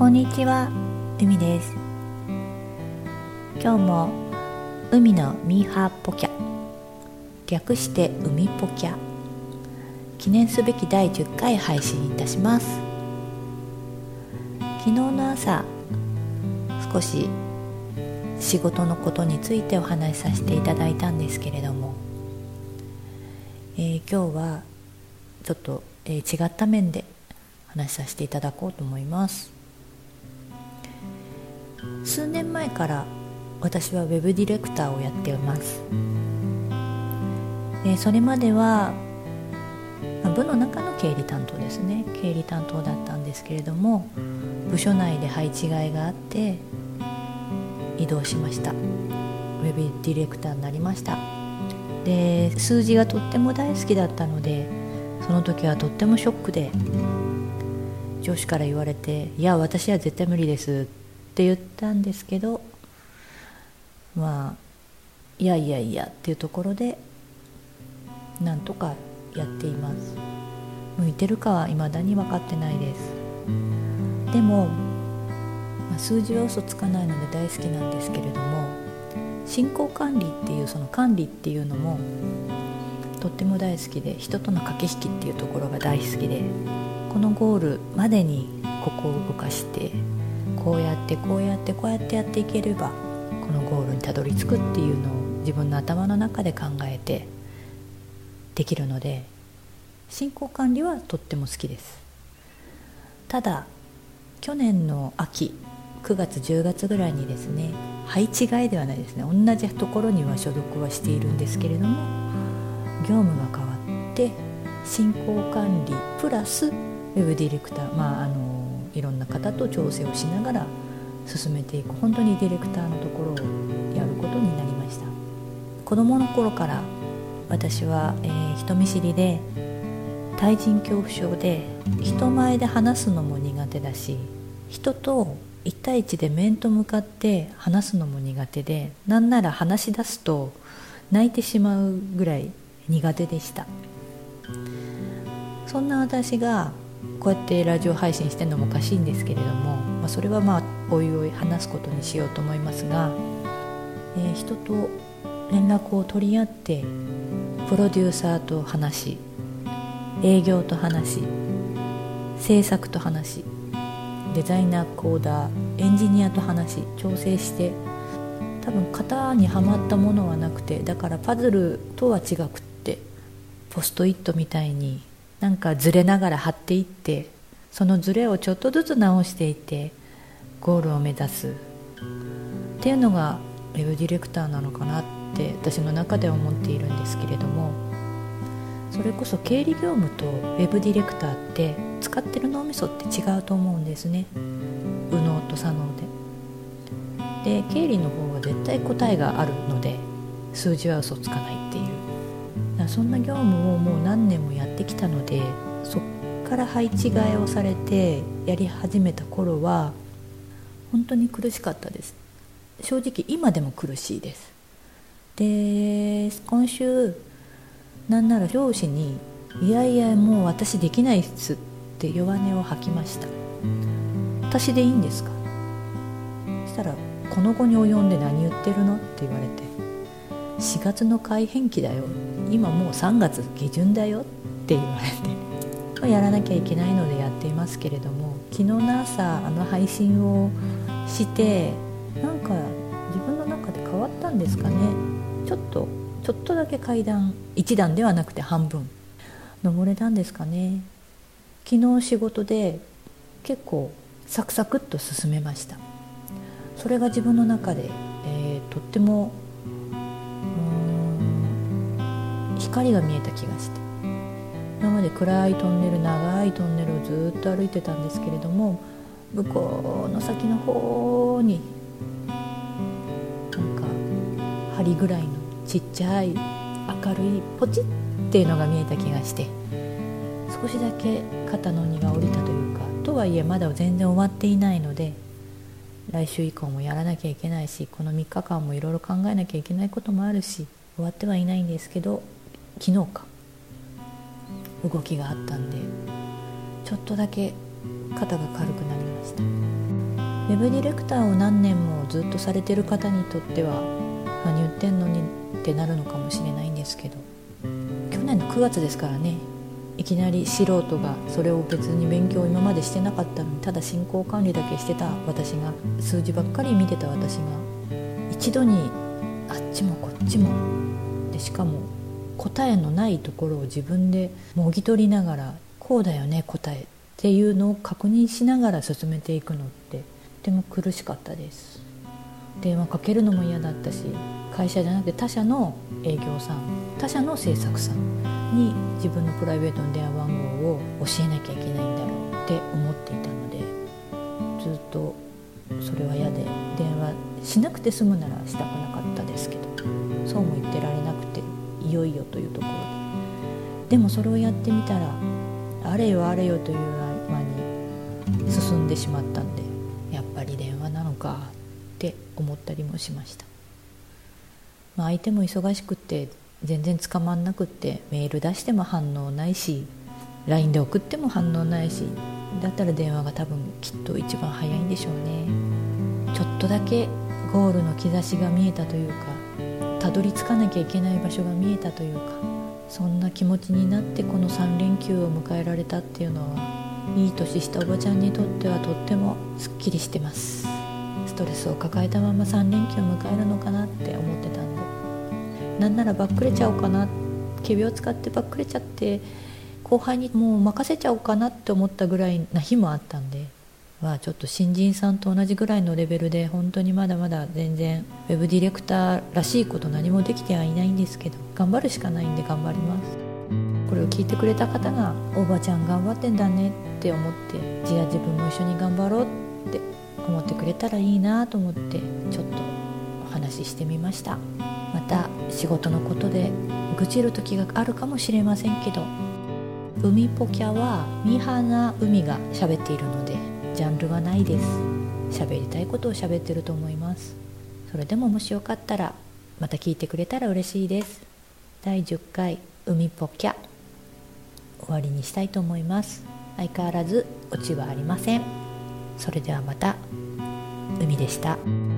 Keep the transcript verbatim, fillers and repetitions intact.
こんにちは、海です。今日も海のミーハーポキャ、略して海ポキャ、記念すべきだいじゅっかい配信いたします。昨日の朝、少し仕事のことについてお話しさせていただいたんですけれども、えー、今日はちょっと、えー、違った面で話しさせていただこうと思います。数年前から私はウェブディレクターをやっています。えー、それまでは部の中の経理担当ですね経理担当だったんですけれども、部署内で配置換えがあって移動しました。ウェブディレクターになりました。で、数字がとっても大好きだったので、その時はとってもショックで、上司から言われて、いや私は絶対無理ですって言ったんですけど、まあいやいやいやっていうところでなんとかやっています。向いてるかは未だに分かってないです。でも、まあ、数字は嘘つかないので大好きなんですけれども、進行管理っていうその管理っていうのもとっても大好きで、人との駆け引きっていうところが大好きで、このゴールまでにここを動かして、こうやってこうやってこうやってやっていければこのゴールにたどり着くっていうのを自分の頭の中で考えてできるので、進行管理はとっても好きです。ただ去年の秋くがつじゅうがつぐらいにですね、配置換えではないですね、同じところには所属はしているんですけれども、業務が変わって進行管理プラスウェブディレクター、まああのいろんな方と調整をしながら進めていく、本当にディレクターのところをやることになりました。子どもの頃から私は、えー、人見知りで対人恐怖症で、人前で話すのも苦手だし、人といち対いちで面と向かって話すのも苦手で、なんなら話し出すと泣いてしまうぐらい苦手でした。そんな私がこうやってラジオ配信してるのもおかしいんですけれども、まあ、それはまあおいおい話すことにしようと思いますが、えー、人と連絡を取り合って、プロデューサーと話し、営業と話し、制作と話し、デザイナー、コーダー、エンジニアと話し、調整して、多分型にはまったものはなくて、だからパズルとは違くって、ポストイットみたいになんかずれながら貼っていって、そのずれをちょっとずつ直していってゴールを目指すっていうのがウェブディレクターなのかなって私の中では思っているんですけれども、それこそ経理業務とウェブディレクターって使ってる脳みそって違うと思うんですね。右脳と左脳で。で、経理の方は絶対答えがあるので、数字は嘘つかないっていう、そんな業務をもう何年もやってきたので、そっから配置換えをされてやり始めた頃は本当に苦しかったです。正直今でも苦しいです。で、今週なんなら上司に、いやいやもう私できないっすって弱音を吐きました。私でいいんですか？そしたら、この後に及んで何言ってるのって言われて、しがつの改編期だよ、今もうさんがつげじゅんだよって言われて、やらなきゃいけないのでやっていますけれども、昨日の朝あの配信をしてなんか自分の中で変わったんですかね。ちょっとちょっとだけ階段いちだんではなくて半分登れたんですかね。昨日仕事で結構サクサクっと進めました。それが自分の中で、えー、とっても光が見えた気がして、今まで暗いトンネル、長いトンネルをずっと歩いてたんですけれども、向こうの先の方になんか針ぐらいのちっちゃい明るいポチッっていうのが見えた気がして、少しだけ肩の荷が下りたというか、とはいえまだ全然終わっていないので、来週以降もやらなきゃいけないし、このみっかかんもいろいろ考えなきゃいけないこともあるし、終わってはいないんですけど、昨日か動きがあったんで、ちょっとだけ肩が軽くなりました。 ウェブディレクターを何年もずっとされてる方にとっては何言ってんのにってなるのかもしれないんですけど、去年のくがつですからね、いきなり素人がそれを別に勉強を今までしてなかったのに、ただ進行管理だけしてた私が、数字ばっかり見てた私が一度にあっちもこっちもで、しかも答えのないところを自分でもぎ取りながら、こうだよね答えっていうのを確認しながら進めていくのってとても苦しかったです。電話かけるのも嫌だったし、会社じゃなくて他社の営業さん、他社の制作さんに自分のプライベートの電話番号を教えなきゃいけないんだろうって思っていたので、ずっとそれは嫌で電話しなくて済むならしたくなかったですけど、そうも言ってられなくて、いよいよというところで、でもそれをやってみたらあれよあれよという間に進んでしまったんで、やっぱり電話なのかって思ったりもしました。まあ、相手も忙しくって全然捕まんなくって、メール出しても反応ないし ライン で送っても反応ないし、だったら電話が多分きっと一番早いんでしょうね。ちょっとだけゴールの兆しが見えたというか、たどり着かなきゃいけない場所が見えたというか、そんな気持ちになってこのさん連休を迎えられたっていうのは、いい年したおばちゃんにとってはとってもすっきりしてます。ストレスを抱えたままさん連休を迎えるのかなって思ってたんで、なんならばっくれちゃおうかな、仮病使ってばっくれちゃって後輩にもう任せちゃおうかなって思ったぐらいな日もあったんで、まあ、ちょっと新人さんと同じぐらいのレベルで、本当にまだまだ全然ウェブディレクターらしいこと何もできてはいないんですけど、頑張るしかないんで頑張ります。これを聞いてくれた方がおばちゃん頑張ってんだねって思って、じゃあ自分も一緒に頑張ろうって思ってくれたらいいなと思って、ちょっとお話ししてみました。また仕事のことで愚痴る時があるかもしれませんけど、海ポキャはミーハーな海が喋っているのでジャンルはないです。喋りたいことを喋ってると思います。それでももしよかったらまた聞いてくれたら嬉しいです。だいじゅっかい海ポキャ終わりにしたいと思います。相変わらずオチはありません。それではまた。海でした。